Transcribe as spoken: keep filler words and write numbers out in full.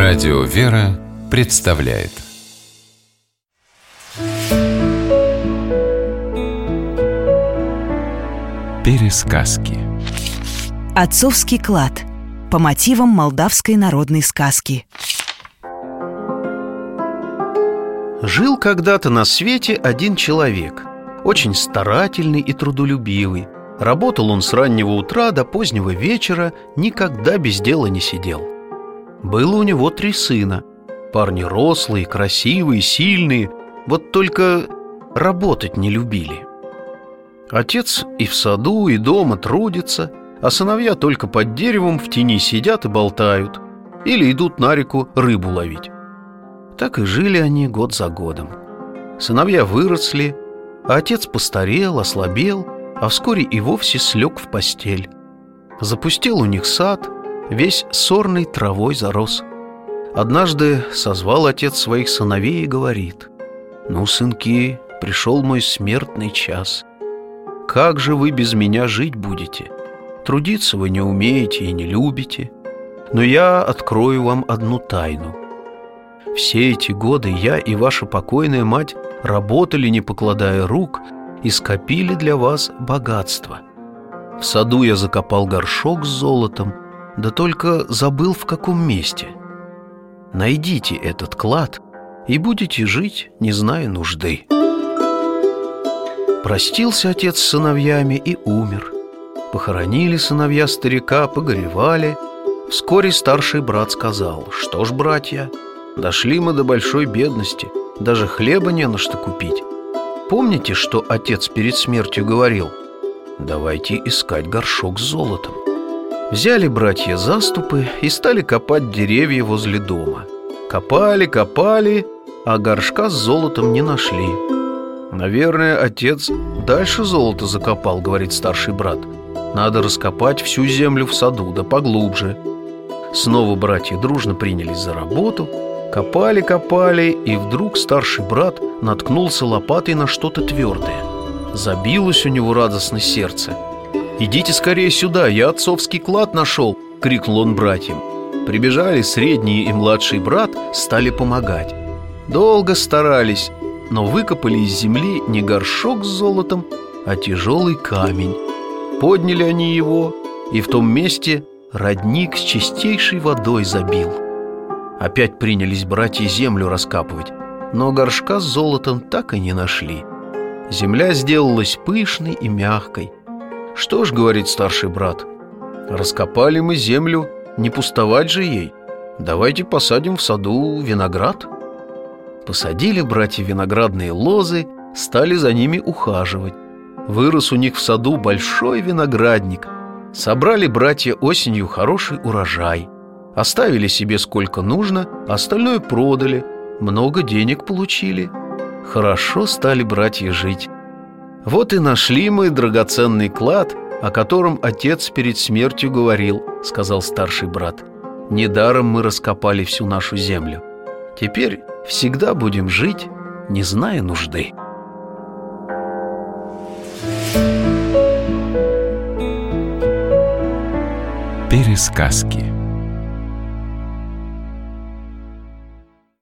Радио «Вера» представляет Пересказки. Отцовский клад по мотивам молдавской народной сказки. Жил когда-то на свете один человек, очень старательный и трудолюбивый. Работал он с раннего утра до позднего вечера, никогда без дела не сидел. Было у него три сына. Парни рослые, красивые, сильные, вот только работать не любили. Отец и в саду, и дома трудится, а сыновья только под деревом в тени сидят и болтают, или идут на реку рыбу ловить. Так и жили они год за годом. Сыновья выросли, а отец постарел, ослабел, а вскоре и вовсе слег в постель. Запустил у них сад, весь сорной травой зарос. Однажды созвал отец своих сыновей и говорит: «Ну, сынки, пришел мой смертный час. Как же вы без меня жить будете? Трудиться вы не умеете и не любите. Но я открою вам одну тайну. Все эти годы я и ваша покойная мать работали, не покладая рук, и скопили для вас богатство. В саду я закопал горшок с золотом, да только забыл, в каком месте. Найдите этот клад, и будете жить, не зная нужды». Простился отец с сыновьями и умер. Похоронили сыновья старика, погоревали. Вскоре старший брат сказал: «Что ж, братья, дошли мы до большой бедности, даже хлеба не на что купить. Помните, что отец перед смертью говорил? Давайте искать горшок с золотом». Взяли братья заступы и стали копать деревья возле дома. Копали, копали, а горшка с золотом не нашли. «Наверное, отец дальше золото закопал», — говорит старший брат. «Надо раскопать всю землю в саду, да поглубже». Снова братья дружно принялись за работу. Копали, копали, и вдруг старший брат наткнулся лопатой на что-то твердое. Забилось у него радостно сердце. «Идите скорее сюда, я отцовский клад нашел!» — крикнул он братьям. Прибежали средний и младший брат, стали помогать. Долго старались, но выкопали из земли не горшок с золотом, а тяжелый камень. Подняли они его, и в том месте родник с чистейшей водой забил. Опять принялись братья землю раскапывать, но горшка с золотом так и не нашли. Земля сделалась пышной и мягкой. «Что ж, — говорит старший брат, — раскопали мы землю, не пустовать же ей. Давайте посадим в саду виноград». Посадили братья виноградные лозы, стали за ними ухаживать. Вырос у них в саду большой виноградник. Собрали братья осенью хороший урожай. Оставили себе сколько нужно, остальное продали. Много денег получили. Хорошо стали братья жить. «Вот и нашли мы драгоценный клад, о котором отец перед смертью говорил», — сказал старший брат. «Недаром мы раскопали всю нашу землю. Теперь всегда будем жить, не зная нужды». Пересказки.